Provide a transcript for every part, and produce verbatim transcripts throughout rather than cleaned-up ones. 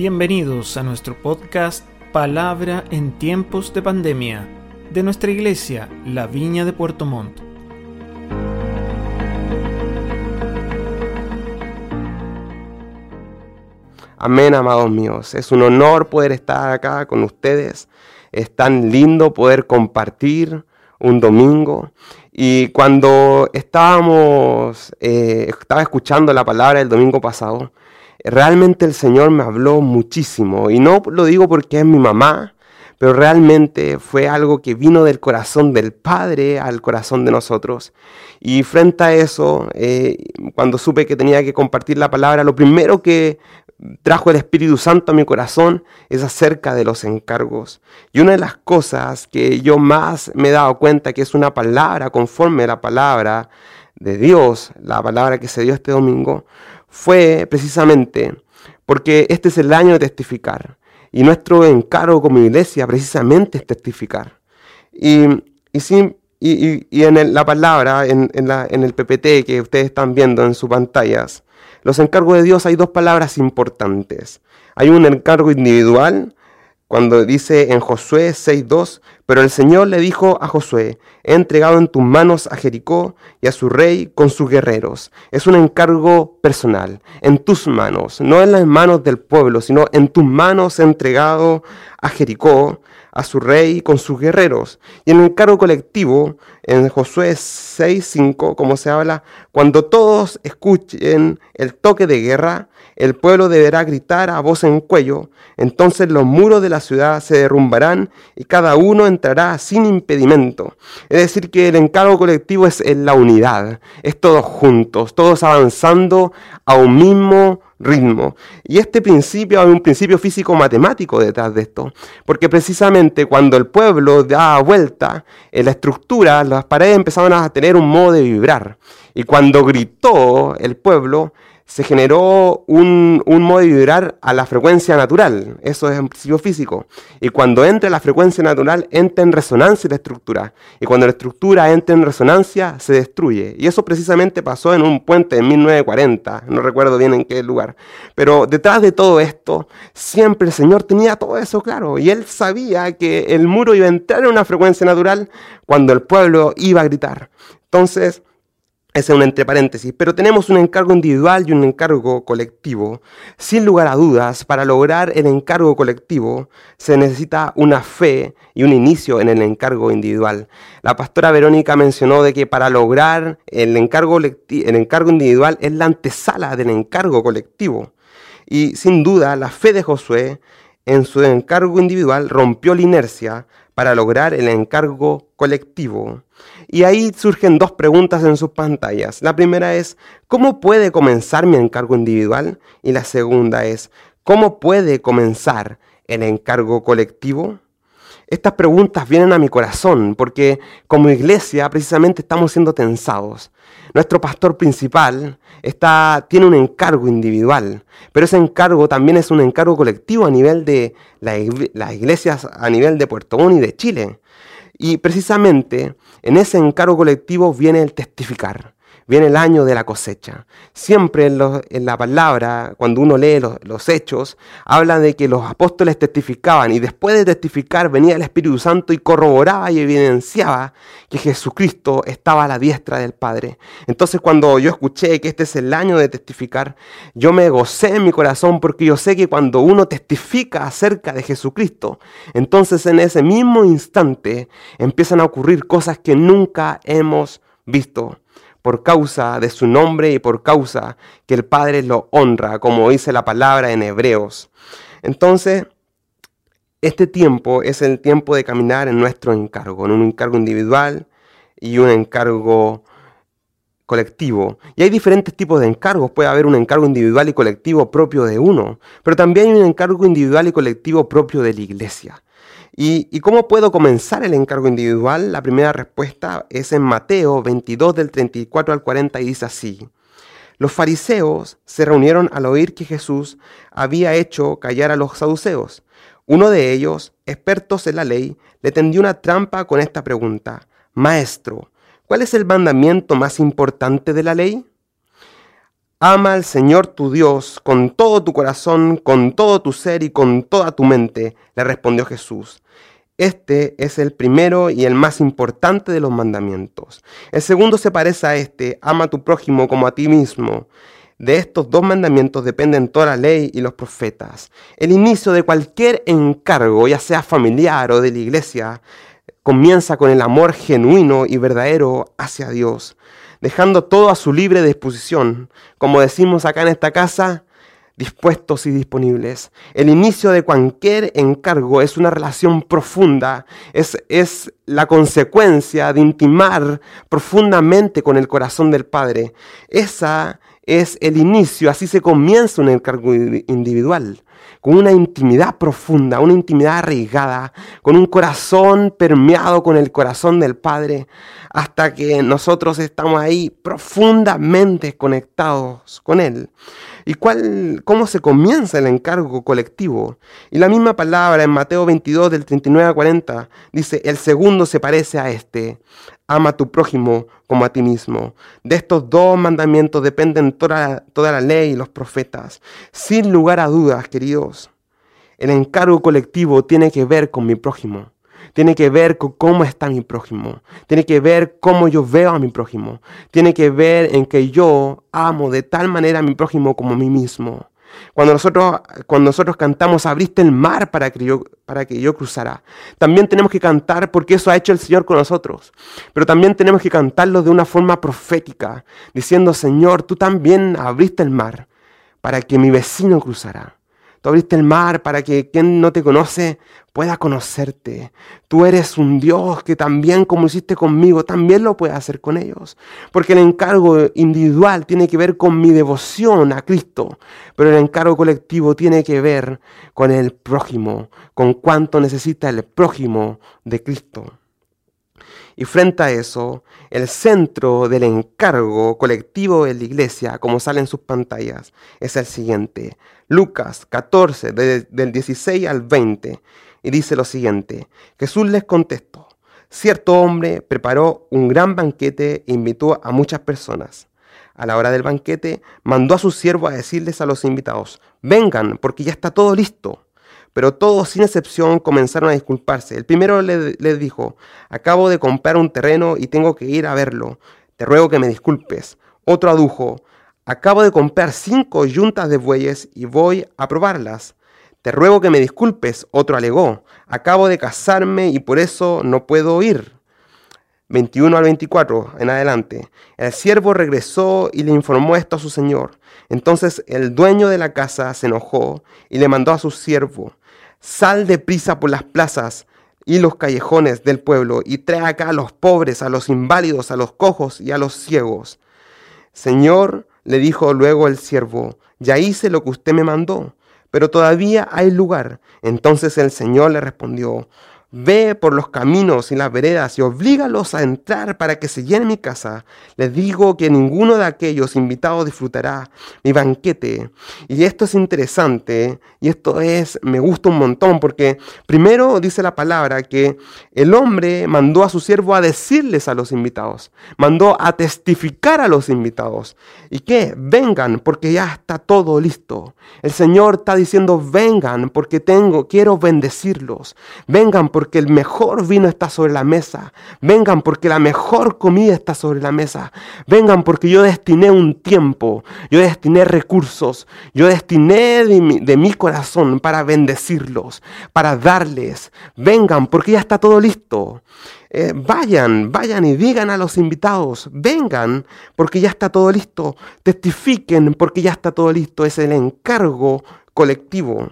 Bienvenidos a nuestro podcast Palabra en tiempos de pandemia de nuestra iglesia, La Viña de Puerto Montt. Amén, amados míos. Es un honor poder estar acá con ustedes. Es tan lindo poder compartir un domingo. Y cuando estábamos, eh, estaba escuchando la palabra el domingo pasado, realmente el Señor me habló muchísimo. Y no lo digo porque es mi mamá, pero realmente fue algo que vino del corazón del Padre al corazón de nosotros. Y frente a eso, eh, cuando supe que tenía que compartir la palabra, lo primero que trajo el Espíritu Santo a mi corazón es acerca de los encargos. Y una de las cosas que yo más me he dado cuenta que es una palabra conforme a la palabra de Dios, la palabra que se dio este domingo, fue precisamente porque este es el año de testificar. Y nuestro encargo como iglesia precisamente es testificar. Y, y, sí, y, y, y en el, la palabra, en, en, la, en el P P T que ustedes están viendo en sus pantallas, los encargos de Dios hay dos palabras importantes. Hay un encargo individual, cuando dice en Josué seis dos, pero el Señor le dijo a Josué, he entregado en tus manos a Jericó y a su rey con sus guerreros. Es un encargo personal, en tus manos, no en las manos del pueblo, sino en tus manos he entregado a Jericó, a su rey con sus guerreros. Y en el encargo colectivo, en Josué seis cinco, como se habla, cuando todos escuchen el toque de guerra, el pueblo deberá gritar a voz en cuello, entonces los muros de la ciudad se derrumbarán y cada uno entrará sin impedimento. Es decir, que el encargo colectivo es en la unidad, es todos juntos, todos avanzando a un mismo ritmo. Y este principio, hay un principio físico-matemático detrás de esto, porque precisamente cuando el pueblo da vuelta, en la estructura, las paredes empezaban a tener un modo de vibrar. Y cuando gritó el pueblo, se generó un, un modo de vibrar a la frecuencia natural. Eso es un principio físico. Y cuando entra la frecuencia natural, entra en resonancia la estructura. Y cuando la estructura entra en resonancia, se destruye. Y eso precisamente pasó en un puente en mil novecientos cuarenta. No recuerdo bien en qué lugar. Pero detrás de todo esto, siempre el Señor tenía todo eso claro. Y Él sabía que el muro iba a entrar en una frecuencia natural cuando el pueblo iba a gritar. Entonces, ese es un entre paréntesis, pero tenemos un encargo individual y un encargo colectivo. Sin lugar a dudas, para lograr el encargo colectivo se necesita una fe y un inicio en el encargo individual. La pastora Verónica mencionó de que para lograr el encargo, colecti- el encargo individual es la antesala del encargo colectivo. Y sin duda, la fe de Josué en su encargo individual rompió la inercia para lograr el encargo colectivo. Y ahí surgen dos preguntas en sus pantallas. La primera es, ¿cómo puede comenzar mi encargo individual? Y la segunda es, ¿cómo puede comenzar el encargo colectivo? Estas preguntas vienen a mi corazón porque como iglesia precisamente estamos siendo tensados. Nuestro pastor principal está, tiene un encargo individual, pero ese encargo también es un encargo colectivo a nivel de la, las iglesias a nivel de Puerto Montt y de Chile. Y precisamente en ese encargo colectivo viene el testificar, viene el año de la cosecha. Siempre en, lo, en la palabra, cuando uno lee los, los hechos, habla de que los apóstoles testificaban y después de testificar venía el Espíritu Santo y corroboraba y evidenciaba que Jesucristo estaba a la diestra del Padre. Entonces cuando yo escuché que este es el año de testificar, yo me gocé en mi corazón porque yo sé que cuando uno testifica acerca de Jesucristo, entonces en ese mismo instante empiezan a ocurrir cosas que nunca hemos visto, por causa de su nombre y por causa que el Padre lo honra, como dice la palabra en Hebreos. Entonces, este tiempo es el tiempo de caminar en nuestro encargo, en un encargo individual y un encargo colectivo. Y hay diferentes tipos de encargos. Puede haber un encargo individual y colectivo propio de uno, pero también hay un encargo individual y colectivo propio de la iglesia. ¿Y, ¿Y cómo puedo comenzar el encargo individual? La primera respuesta es en Mateo veintidós del treinta y cuatro al cuarenta y dice así. Los fariseos se reunieron al oír que Jesús había hecho callar a los saduceos. Uno de ellos, expertos en la ley, le tendió una trampa con esta pregunta. Maestro, ¿cuál es el mandamiento más importante de la ley? Ama al Señor tu Dios con todo tu corazón, con todo tu ser y con toda tu mente, le respondió Jesús. Este es el primero y el más importante de los mandamientos. El segundo se parece a este: ama a tu prójimo como a ti mismo. De estos dos mandamientos dependen toda la ley y los profetas. El inicio de cualquier encargo, ya sea familiar o de la iglesia, comienza con el amor genuino y verdadero hacia Dios, dejando todo a su libre disposición, como decimos acá en esta casa, dispuestos y disponibles. El inicio de cualquier encargo es una relación profunda, es, es la consecuencia de intimar profundamente con el corazón del Padre. Esa es el inicio, así se comienza un encargo individual, con una intimidad profunda, una intimidad arraigada, con un corazón permeado con el corazón del Padre, hasta que nosotros estamos ahí profundamente conectados con Él. ¿Y cuál, cómo se comienza el encargo colectivo? Y la misma palabra en Mateo veintidós, del treinta y nueve al cuarenta, dice: el segundo se parece a este: ama a tu prójimo como a ti mismo. De estos dos mandamientos dependen toda, toda la ley y los profetas. Sin lugar a dudas, queridos, el encargo colectivo tiene que ver con mi prójimo. Tiene que ver con cómo está mi prójimo. Tiene que ver cómo yo veo a mi prójimo. Tiene que ver en que yo amo de tal manera a mi prójimo como a mí mismo. Cuando nosotros, cuando nosotros cantamos, abriste el mar para que, yo, para que yo cruzara, también tenemos que cantar porque eso ha hecho el Señor con nosotros. Pero también tenemos que cantarlo de una forma profética, diciendo: Señor, tú también abriste el mar para que mi vecino cruzara. Tú abriste el mar para que quien no te conoce pueda conocerte. Tú eres un Dios que también, como hiciste conmigo, también lo puede hacer con ellos. Porque el encargo individual tiene que ver con mi devoción a Cristo, pero el encargo colectivo tiene que ver con el prójimo, con cuánto necesita el prójimo de Cristo. Y frente a eso, el centro del encargo colectivo de la iglesia, como sale en sus pantallas, es el siguiente. Lucas catorce, de, del dieciséis al veinte, y dice lo siguiente: Jesús les contestó: cierto hombre preparó un gran banquete e invitó a muchas personas. A la hora del banquete, mandó a sus siervos a decirles a los invitados: vengan, porque ya está todo listo. Pero todos, sin excepción, comenzaron a disculparse. El primero les le dijo: acabo de comprar un terreno y tengo que ir a verlo. Te ruego que me disculpes. Otro adujo: acabo de comprar cinco yuntas de bueyes y voy a probarlas. Te ruego que me disculpes. Otro alegó: acabo de casarme y por eso no puedo ir. veintiuno al veinticuatro en adelante. El siervo regresó y le informó esto a su señor. Entonces el dueño de la casa se enojó y le mandó a su siervo: sal deprisa por las plazas y los callejones del pueblo y trae acá a los pobres, a los inválidos, a los cojos y a los ciegos. Señor, le dijo luego el siervo, ya hice lo que usted me mandó, pero todavía hay lugar. Entonces el Señor le respondió: ve por los caminos y las veredas y oblígalos a entrar para que se llene mi casa. Les digo que ninguno de aquellos invitados disfrutará mi banquete. Y esto es interesante, y esto es, me gusta un montón, porque primero dice la palabra que el hombre mandó a su siervo a decirles a los invitados, mandó a testificar a los invitados. ¿Y qué? Vengan, porque ya está todo listo. El Señor está diciendo: vengan, porque tengo, quiero bendecirlos. Vengan, porque porque el mejor vino está sobre la mesa. Vengan porque la mejor comida está sobre la mesa. Vengan porque yo destiné un tiempo, yo destiné recursos, yo destiné de mi, de mi corazón para bendecirlos, para darles. Vengan porque ya está todo listo. Eh, vayan, vayan y digan a los invitados: vengan porque ya está todo listo. Testifiquen porque ya está todo listo. Es el encargo colectivo.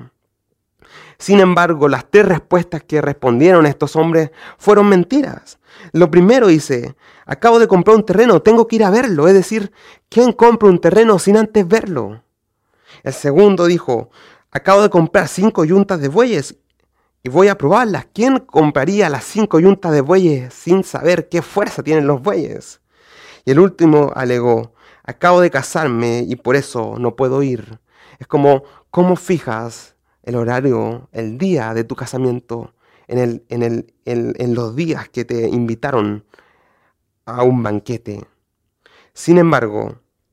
Sin embargo, las tres respuestas que respondieron estos hombres fueron mentiras. Lo primero dice: acabo de comprar un terreno, tengo que ir a verlo. Es decir, ¿quién compra un terreno sin antes verlo? El segundo dijo: acabo de comprar cinco yuntas de bueyes y voy a probarlas. ¿Quién compraría las cinco yuntas de bueyes sin saber qué fuerza tienen los bueyes? Y el último alegó: acabo de casarme y por eso no puedo ir. Es como, ¿cómo fijas el horario, el día de tu casamiento en, el, en, el, en, en los días que te invitaron a un banquete? Sin embargo,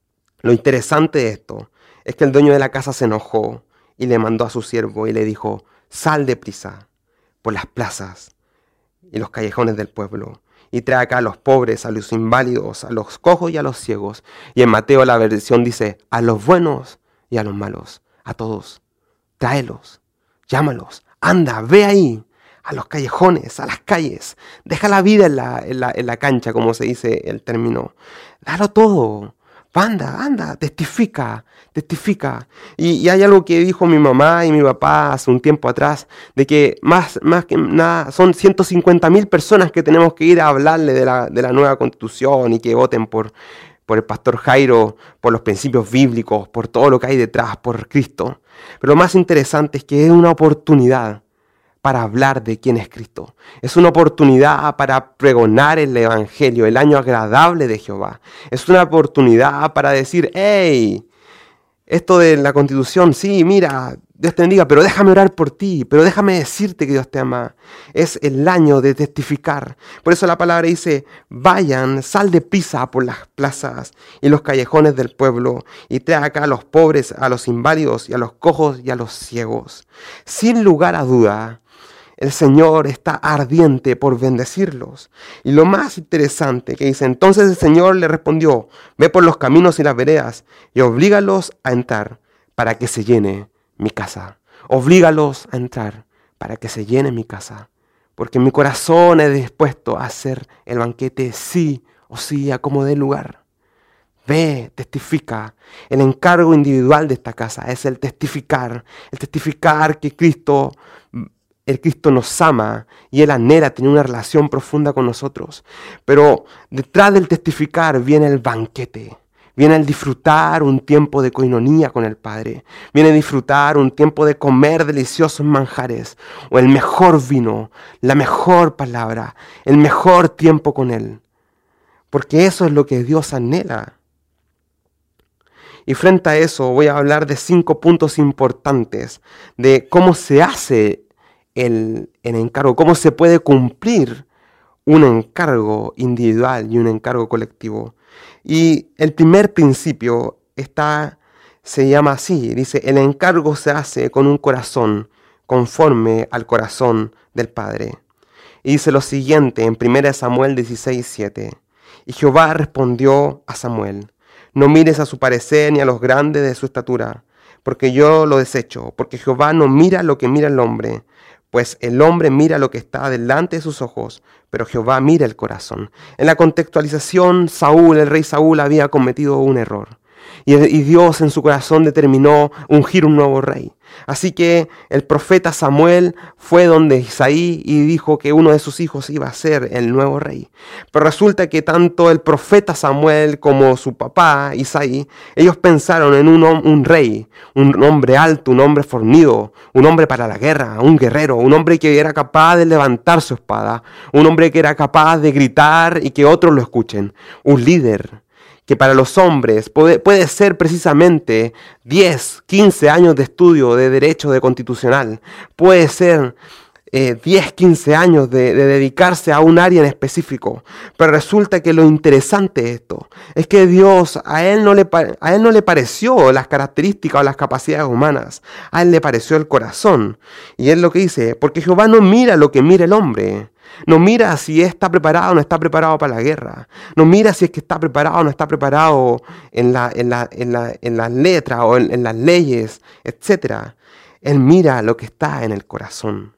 Lo interesante de esto es que el dueño de la casa se enojó y le mandó a su siervo y le dijo: sal deprisa por las plazas y los callejones del pueblo y trae acá a los pobres, a los inválidos, a los cojos y a los ciegos. Y en Mateo la versión dice: a los buenos y a los malos, a todos, tráelos, llámalos, anda, ve ahí, a los callejones, a las calles, deja la vida en la, en la, en la cancha, como se dice el término, dalo todo. Anda, anda, testifica, testifica. Y, y hay algo que dijo mi mamá y mi papá hace un tiempo atrás, de que más, más que nada son ciento cincuenta mil personas que tenemos que ir a hablarle de la, de la nueva constitución y que voten por, por el pastor Jairo, por los principios bíblicos, por todo lo que hay detrás, por Cristo. Pero lo más interesante es que es una oportunidad para hablar de quién es Cristo. Es una oportunidad para pregonar el Evangelio, el año agradable de Jehová. Es una oportunidad para decir: hey, esto de la Constitución, sí, mira, Dios te bendiga, pero déjame orar por ti, pero déjame decirte que Dios te ama. Es el año de testificar. Por eso la palabra dice: vayan, sal deprisa por las plazas y los callejones del pueblo y trae acá a los pobres, a los inválidos y a los cojos y a los ciegos. Sin lugar a duda, el Señor está ardiente por bendecirlos. Y lo más interesante que dice: entonces el Señor le respondió: ve por los caminos y las veredas y oblígalos a entrar para que se llene mi casa. Oblígalos a entrar para que se llene mi casa. Porque mi corazón es dispuesto a hacer el banquete sí o sí a como dé lugar. Ve, testifica. El encargo individual de esta casa es el testificar. El testificar que Cristo... El Cristo nos ama y Él anhela tener una relación profunda con nosotros. Pero detrás del testificar viene el banquete. Viene el disfrutar un tiempo de coinonía con el Padre. Viene a disfrutar un tiempo de comer deliciosos manjares. O el mejor vino, la mejor palabra, el mejor tiempo con Él. Porque eso es lo que Dios anhela. Y frente a eso voy a hablar de cinco puntos importantes de cómo se hace El, el encargo, cómo se puede cumplir un encargo individual y un encargo colectivo. Y el primer principio está, se llama así, dice: el encargo se hace con un corazón conforme al corazón del Padre. Y dice lo siguiente en primera Samuel dieciséis, siete: y Jehová respondió a Samuel: no mires a su parecer ni a los grandes de su estatura, porque yo lo desecho, porque Jehová no mira lo que mira el hombre, pues el hombre mira lo que está delante de sus ojos, pero Jehová mira el corazón. En la contextualización, Saúl, el rey Saúl, había cometido un error. Y, y Dios en su corazón determinó ungir un nuevo rey. Así que el profeta Samuel fue donde Isaí y dijo que uno de sus hijos iba a ser el nuevo rey. Pero resulta que tanto el profeta Samuel como su papá Isaí, ellos pensaron en un, un rey, un hombre alto, un hombre fornido, un hombre para la guerra, un guerrero, un hombre que era capaz de levantar su espada, un hombre que era capaz de gritar y que otros lo escuchen, un líder que para los hombres puede, puede ser precisamente diez, quince años de estudio de derecho de constitucional, puede ser eh, diez, quince años de, de dedicarse a un área en específico, pero resulta que lo interesante de esto es que Dios, a él, no le, a él no le pareció las características o las capacidades humanas, a él le pareció el corazón, y es lo que dice: porque Jehová no mira lo que mira el hombre. No mira si está preparado o no está preparado para la guerra. No mira si es que está preparado o no está preparado en, la, en, la, en, la, en las letras o en, en las leyes, etcétera. Él mira lo que está en el corazón.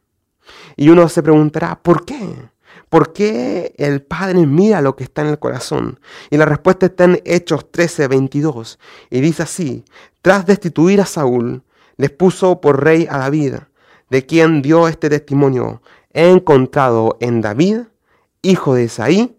Y uno se preguntará: ¿por qué? ¿Por qué el Padre mira lo que está en el corazón? Y la respuesta está en Hechos trece, veintidós. Y dice así: tras destituir a Saúl, les puso por rey a David, de quien dio este testimonio: he encontrado en David, hijo de Isaí,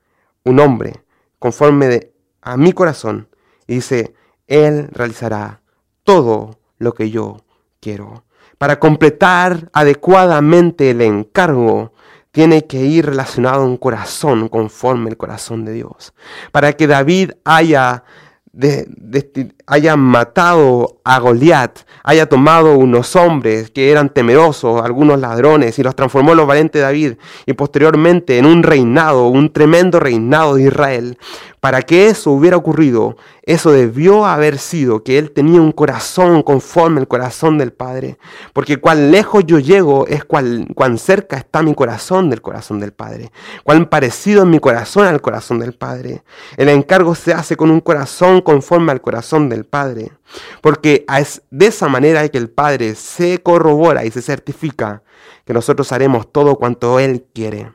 un hombre conforme de, a mi corazón. Y dice: él realizará todo lo que yo quiero. Para completar adecuadamente el encargo, tiene que ir relacionado a un corazón conforme al corazón de Dios. Para que David haya De, de, haya matado a Goliat, haya tomado unos hombres que eran temerosos, algunos ladrones, y los transformó en los valientes de David, y posteriormente en un reinado, un tremendo reinado de Israel, Para que eso hubiera ocurrido, eso debió haber sido que él tenía un corazón conforme al corazón del Padre. Porque cuán lejos yo llego es cuán, cuán cerca está mi corazón del corazón del Padre. Cuán parecido es mi corazón al corazón del Padre. El encargo se hace con un corazón conforme al corazón del Padre. Porque es de esa manera que el Padre se corrobora y se certifica que nosotros haremos todo cuanto Él quiere.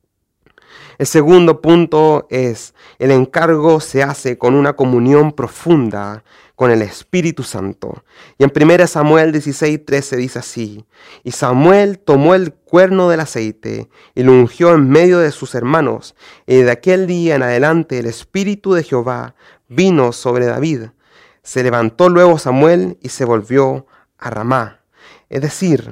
El segundo punto es, el encargo se hace con una comunión profunda con el Espíritu Santo. Y en primera Samuel dieciséis trece dice así: y Samuel tomó el cuerno del aceite y lo ungió en medio de sus hermanos. Y de aquel día en adelante el Espíritu de Jehová vino sobre David. Se levantó luego Samuel y se volvió a Ramá. Es decir,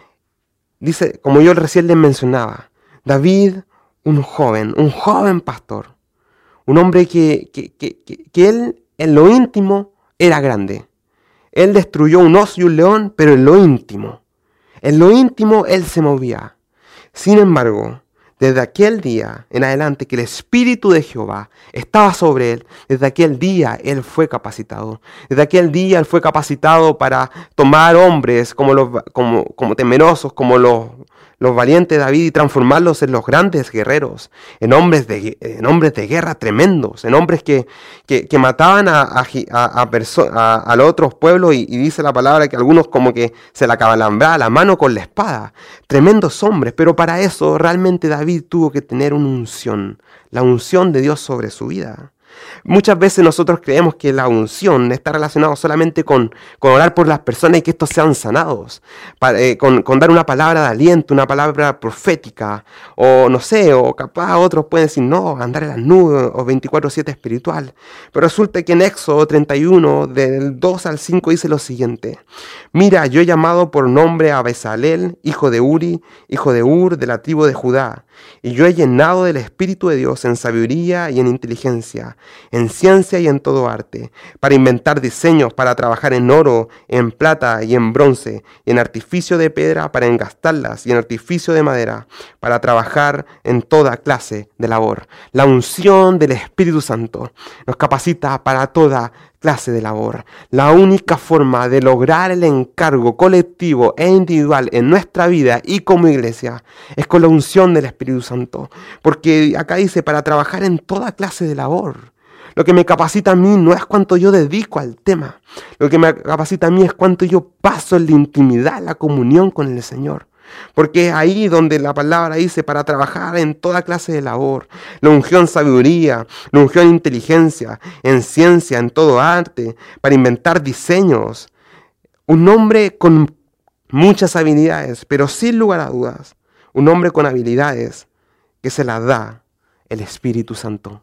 dice, como yo recién les mencionaba, David, un joven, un joven pastor, un hombre que, que, que, que, que él en lo íntimo era grande. Él destruyó un oso y un león, pero en lo íntimo, en lo íntimo él se movía. Sin embargo, desde aquel día en adelante que el Espíritu de Jehová estaba sobre él, desde aquel día él fue capacitado. Desde aquel día él fue capacitado para tomar hombres como, los, como, como temerosos, como los, los valientes de David y transformarlos en los grandes guerreros, en hombres de, en hombres de guerra tremendos, en hombres que, que, que mataban a, a, a, perso- a, a los otros pueblos y, y dice la palabra que algunos como que se la cabalambraba la mano con la espada. Tremendos hombres, pero para eso realmente David tuvo que tener una unción, la unción de Dios sobre su vida. Muchas veces nosotros creemos que la unción está relacionada solamente con, con orar por las personas y que estos sean sanados, para, eh, con, con dar una palabra de aliento, una palabra profética, o no sé, o capaz otros pueden decir, no, andar en las nubes, o veinticuatro siete espiritual. Pero resulta que en Éxodo treinta y uno, del dos al cinco, dice lo siguiente: mira, yo he llamado por nombre a Bezalel, hijo de Uri, hijo de Ur, de la tribu de Judá, y yo he llenado del Espíritu de Dios en sabiduría y en inteligencia, en ciencia y en todo arte, para inventar diseños, para trabajar en oro, en plata y en bronce, y en artificio de piedra para engastarlas, y en artificio de madera, para trabajar en toda clase de labor. La unción del Espíritu Santo nos capacita para toda clase de labor. La única forma de lograr el encargo colectivo e individual en nuestra vida y como iglesia es con la unción del Espíritu Santo. Porque acá dice, para trabajar en toda clase de labor. Lo que me capacita a mí no es cuánto yo dedico al tema. Lo que me capacita a mí es cuánto yo paso en la intimidad, la comunión con el Señor. Porque es ahí donde la palabra dice para trabajar en toda clase de labor. La ungió en sabiduría, la ungió en inteligencia, en ciencia, en todo arte, para inventar diseños. Un hombre con muchas habilidades, pero sin lugar a dudas, un hombre con habilidades que se las da el Espíritu Santo.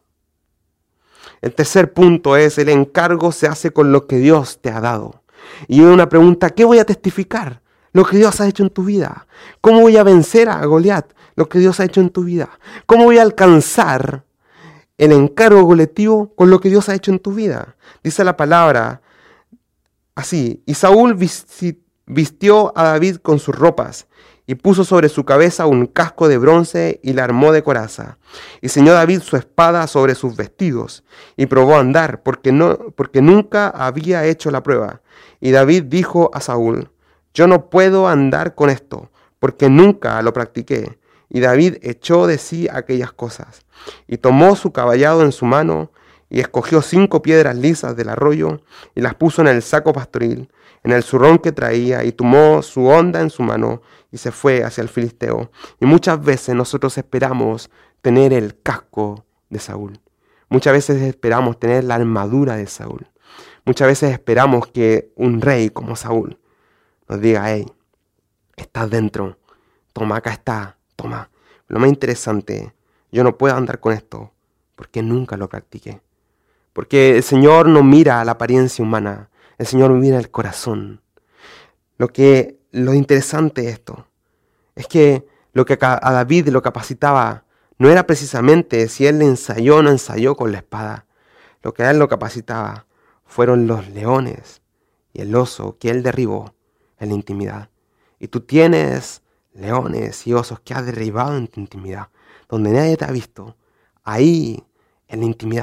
El tercer punto es, el encargo se hace con lo que Dios te ha dado. Y una pregunta, ¿qué voy a testificar? Lo que Dios ha hecho en tu vida. ¿Cómo voy a vencer a Goliat? Lo que Dios ha hecho en tu vida. ¿Cómo voy a alcanzar el encargo colectivo con lo que Dios ha hecho en tu vida? Dice la palabra así: y Saúl vistió a David con sus ropas y puso sobre su cabeza un casco de bronce y la armó de coraza. Y ceñó David su espada sobre sus vestidos y probó a andar, porque, no, porque nunca había hecho la prueba. Y David dijo a Saúl: yo no puedo andar con esto, porque nunca lo practiqué. Y David echó de sí aquellas cosas, y tomó su caballado en su mano, y escogió cinco piedras lisas del arroyo, y las puso en el saco pastoril, en el zurrón que traía, y tomó su honda en su mano, y se fue hacia el filisteo. Y muchas veces nosotros esperamos tener el casco de Saúl. Muchas veces esperamos tener la armadura de Saúl. Muchas veces esperamos que un rey como Saúl nos diga: hey, estás dentro, toma, acá está, toma. Lo más interesante, yo no puedo andar con esto porque nunca lo practiqué. Porque el Señor no mira la apariencia humana, el Señor mira el corazón. Lo que, lo interesante de esto es que lo que a David lo capacitaba no era precisamente si él ensayó o no ensayó con la espada. Lo que a él lo capacitaba fueron los leones y el oso que él derribó en la intimidad. Y tú tienes leones y osos que has derribado en tu intimidad, donde nadie te ha visto. Ahí, en la intimidad,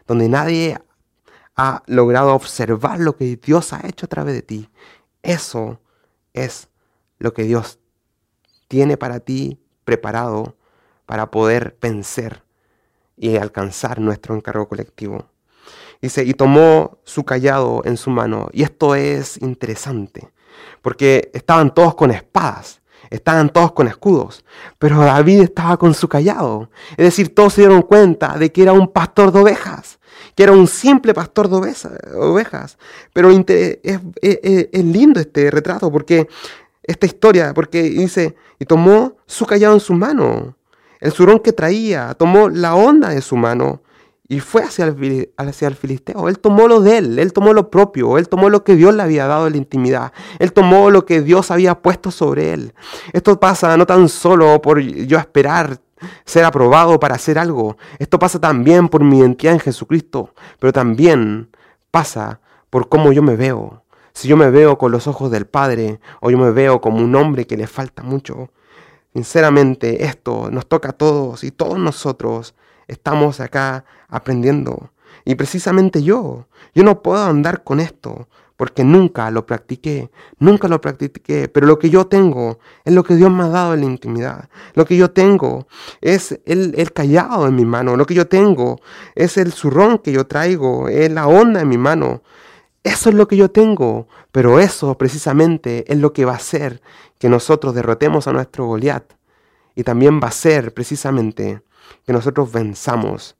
donde nadie ha logrado observar lo que Dios ha hecho a través de ti. Eso es lo que Dios tiene para ti preparado para poder vencer y alcanzar nuestro encargo colectivo. Dice, y tomó su cayado en su mano. Y esto es interesante, porque estaban todos con espadas, estaban todos con escudos, pero David estaba con su cayado. Es decir, todos se dieron cuenta de que era un pastor de ovejas, que era un simple pastor de ovejas. Pero es, es, es, es lindo este retrato, porque esta historia, porque dice, y tomó su cayado en su mano, el zurrón que traía, tomó la onda de su mano y fue hacia el, hacia el filisteo. Él tomó lo de él, él tomó lo propio, él tomó lo que Dios le había dado en la intimidad, él tomó lo que Dios había puesto sobre él. Esto pasa no tan solo por yo esperar ser aprobado para hacer algo, esto pasa también por mi identidad en Jesucristo, pero también pasa por cómo yo me veo. Si yo me veo con los ojos del Padre o yo me veo como un hombre que le falta mucho. Sinceramente, esto nos toca a todos y todos nosotros estamos acá aprendiendo. Y precisamente yo, yo no puedo andar con esto porque nunca lo practiqué, nunca lo practiqué. Pero lo que yo tengo es lo que Dios me ha dado en la intimidad. Lo que yo tengo es el, el cayado en mi mano. Lo que yo tengo es el zurrón que yo traigo, es la onda en mi mano. Eso es lo que yo tengo, pero eso precisamente es lo que va a hacer que nosotros derrotemos a nuestro Goliat. Y también va a ser precisamente que nosotros venzamos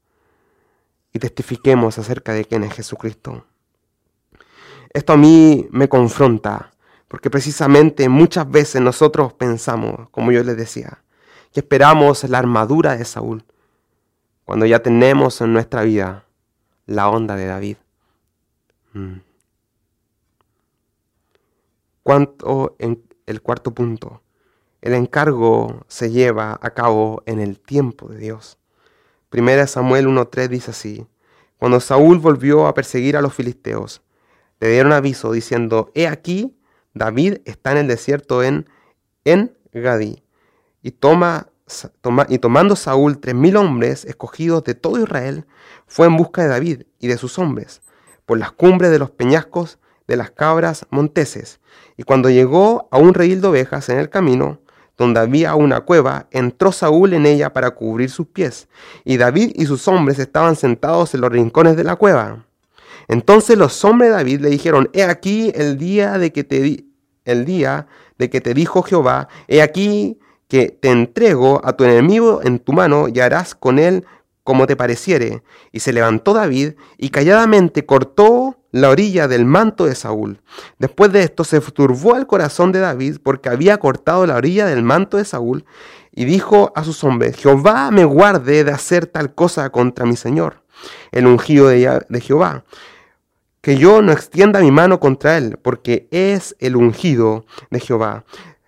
y testifiquemos acerca de quién es Jesucristo. Esto a mí me confronta, porque precisamente muchas veces nosotros pensamos, como yo les decía, que esperamos la armadura de Saúl, cuando ya tenemos en nuestra vida la onda de David. Mm. Cuanto en el cuarto punto, el encargo se lleva a cabo en el tiempo de Dios. Primera Samuel uno tres dice así: cuando Saúl volvió a perseguir a los filisteos, le dieron aviso diciendo: he aquí, David está en el desierto en En-Gadi. Y, toma, toma, y tomando Saúl tres mil hombres escogidos de todo Israel, fue en busca de David y de sus hombres, por las cumbres de los peñascos de las cabras monteses. Y cuando llegó a un redil de ovejas en el camino, donde había una cueva, entró Saúl en ella para cubrir sus pies, y David y sus hombres estaban sentados en los rincones de la cueva. Entonces los hombres de David le dijeron: he aquí el día de que te di, el día de que te dijo Jehová, he aquí que te entrego a tu enemigo en tu mano y harás con él como te pareciere. Y se levantó David y calladamente cortó la orilla del manto de Saúl. Después de esto se turbó el corazón de David porque había cortado la orilla del manto de Saúl, y dijo a sus hombres: Jehová me guarde de hacer tal cosa contra mi señor, el ungido de, de Jehová, que yo no extienda mi mano contra él, porque es el ungido de Jehová.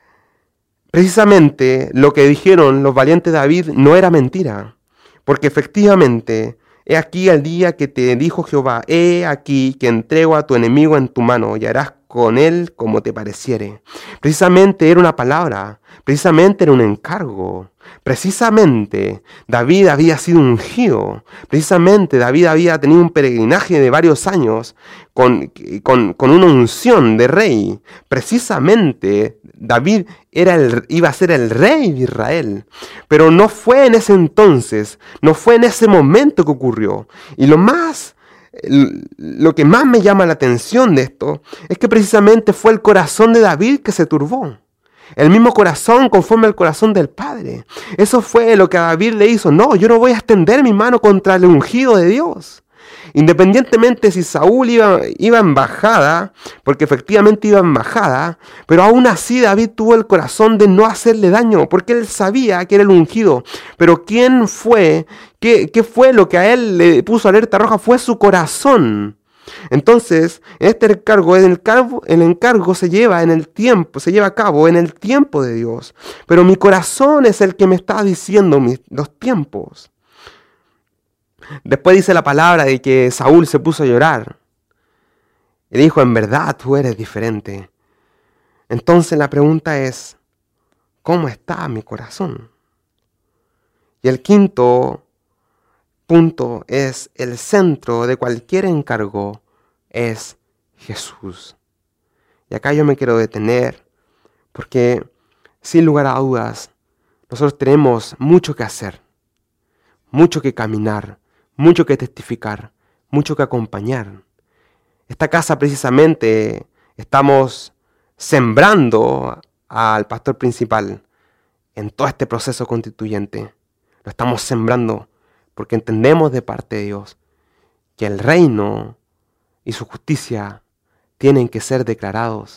Precisamente lo que dijeron los valientes de David no era mentira, porque efectivamente, he aquí el día que te dijo Jehová, he aquí que entrego a tu enemigo en tu mano y harás con él como te pareciere. Precisamente era una palabra, precisamente era un encargo. Precisamente David había sido ungido, precisamente David había tenido un peregrinaje de varios años con, con, con una unción de rey. Precisamente David era el, iba a ser el rey de Israel, pero no fue en ese entonces, no fue en ese momento que ocurrió. Y lo más, lo que más me llama la atención de esto es que precisamente fue el corazón de David que se turbó. El mismo corazón conforme al corazón del Padre. Eso fue lo que a David le hizo. No, yo no voy a extender mi mano contra el ungido de Dios. Independientemente si Saúl iba, iba en bajada, porque efectivamente iba en bajada, pero aún así David tuvo el corazón de no hacerle daño, porque él sabía que era el ungido. Pero ¿quién fue? ¿Qué, qué fue lo que a él le puso alerta roja? Fue su corazón. Entonces, en este encargo, el encargo, el encargo se lleva en el tiempo, se lleva a cabo en el tiempo de Dios. Pero mi corazón es el que me está diciendo mis, los tiempos. Después dice la palabra de que Saúl se puso a llorar. Y dijo: en verdad tú eres diferente. Entonces la pregunta es: ¿cómo está mi corazón? Y el quinto punto es el centro de cualquier encargo, es Jesús. Y acá yo me quiero detener porque sin lugar a dudas nosotros tenemos mucho que hacer, mucho que caminar, mucho que testificar, mucho que acompañar. Esta casa precisamente estamos sembrando al pastor principal en todo este proceso constituyente. Lo estamos sembrando porque entendemos de parte de Dios que el reino y su justicia tienen que ser declarados.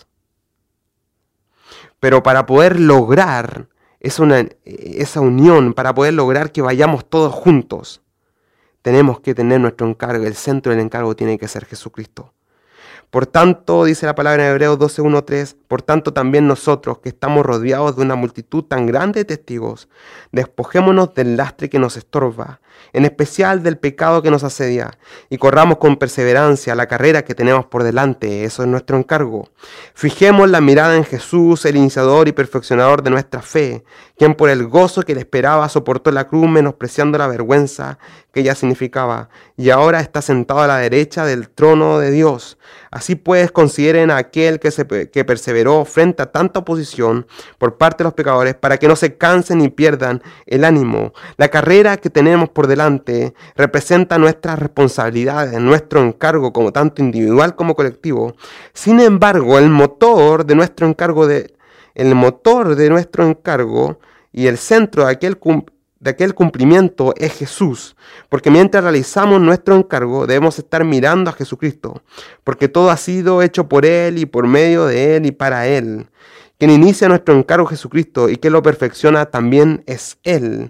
Pero para poder lograr esa, una, esa unión, para poder lograr que vayamos todos juntos, tenemos que tener nuestro encargo. El centro del encargo tiene que ser Jesucristo. Por tanto, dice la palabra en Hebreos doce, uno, tres, por tanto también nosotros, que estamos rodeados de una multitud tan grande de testigos, despojémonos del lastre que nos estorba, en especial del pecado que nos asedia, y corramos con perseverancia la carrera que tenemos por delante. Eso es nuestro encargo. Fijemos la mirada en Jesús, el iniciador y perfeccionador de nuestra fe, quien por el gozo que le esperaba soportó la cruz, menospreciando la vergüenza que ella significaba, y ahora está sentado a la derecha del trono de Dios. Así pues, consideren a aquel que, se, que perseveró frente a tanta oposición por parte de los pecadores, para que no se cansen ni pierdan el ánimo. La carrera que tenemos por delante representa nuestras responsabilidades, nuestro encargo, como tanto individual como colectivo. Sin embargo, el motor de nuestro encargo, de, el motor de nuestro encargo y el centro de aquel cumplimiento de aquel cumplimiento es Jesús, porque mientras realizamos nuestro encargo debemos estar mirando a Jesucristo, porque todo ha sido hecho por Él y por medio de Él y para Él. Quien inicia nuestro encargo es Jesucristo, y quien lo perfecciona también es Él.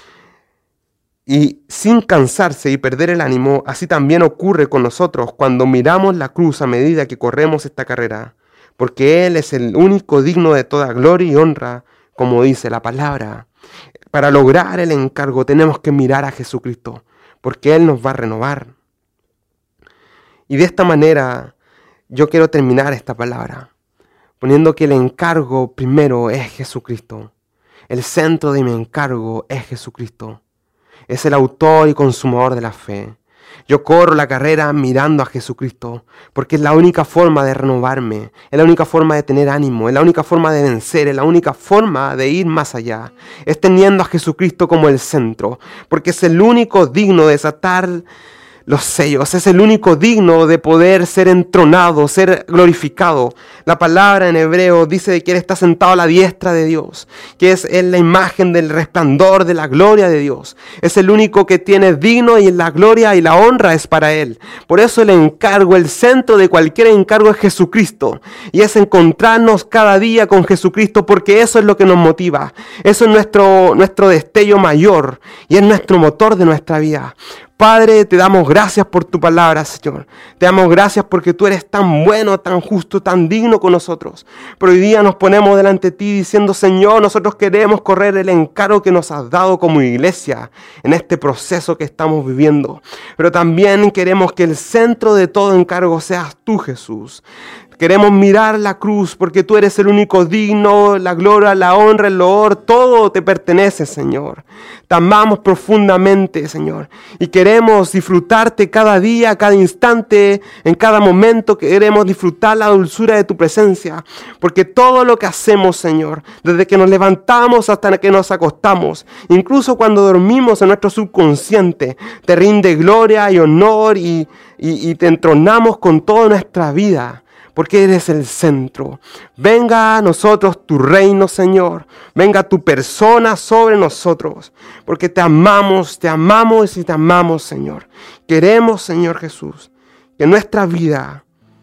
Y sin cansarse y perder el ánimo, así también ocurre con nosotros cuando miramos la cruz a medida que corremos esta carrera, porque Él es el único digno de toda gloria y honra, como dice la palabra. Para lograr el encargo tenemos que mirar a Jesucristo, porque Él nos va a renovar. Y de esta manera yo quiero terminar esta palabra, poniendo que el encargo primero es Jesucristo. El centro de mi encargo es Jesucristo. Es el autor y consumador de la fe. Yo corro la carrera mirando a Jesucristo, porque es la única forma de renovarme, es la única forma de tener ánimo, es la única forma de vencer, es la única forma de ir más allá. Es teniendo a Jesucristo como el centro, porque es el único digno de desatar los sellos, es el único digno de poder ser entronado, ser glorificado. La palabra en hebreo dice que Él está sentado a la diestra de Dios, que es la imagen del resplandor de la gloria de Dios. Es el único que tiene digno, y la gloria y la honra es para Él. Por eso el encargo, el centro de cualquier encargo es Jesucristo, y es encontrarnos cada día con Jesucristo, porque eso es lo que nos motiva. Eso es nuestro, nuestro destello mayor, y es nuestro motor de nuestra vida. Padre, te damos gracias por tu palabra, Señor. Te damos gracias porque tú eres tan bueno, tan justo, tan digno con nosotros. Pero hoy día nos ponemos delante de ti diciendo, Señor, nosotros queremos correr el encargo que nos has dado como iglesia en este proceso que estamos viviendo. Pero también queremos que el centro de todo encargo seas tú, Jesús. Queremos mirar la cruz porque tú eres el único digno, la gloria, la honra, el loor, todo te pertenece, Señor. Te amamos profundamente, Señor, y queremos disfrutarte cada día, cada instante, en cada momento. Queremos disfrutar la dulzura de tu presencia, porque todo lo que hacemos, Señor, desde que nos levantamos hasta que nos acostamos, incluso cuando dormimos en nuestro subconsciente, te rinde gloria y honor y, y, y te entronamos con toda nuestra vida. Porque eres el centro. Venga a nosotros tu reino, Señor. Venga tu persona sobre nosotros. Porque te amamos, te amamos y te amamos, Señor. Queremos, Señor Jesús, que nuestra vida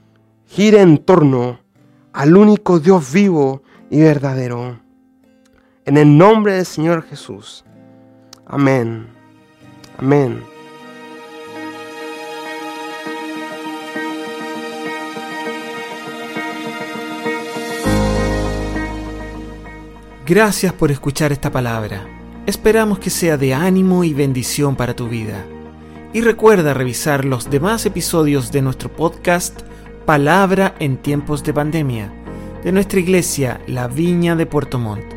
gire en torno al único Dios vivo y verdadero. En el nombre del Señor Jesús. Amén. Amén. Gracias por escuchar esta palabra. Esperamos que sea de ánimo y bendición para tu vida. Y recuerda revisar los demás episodios de nuestro podcast Palabra en tiempos de pandemia, de nuestra iglesia La Viña de Puerto Montt.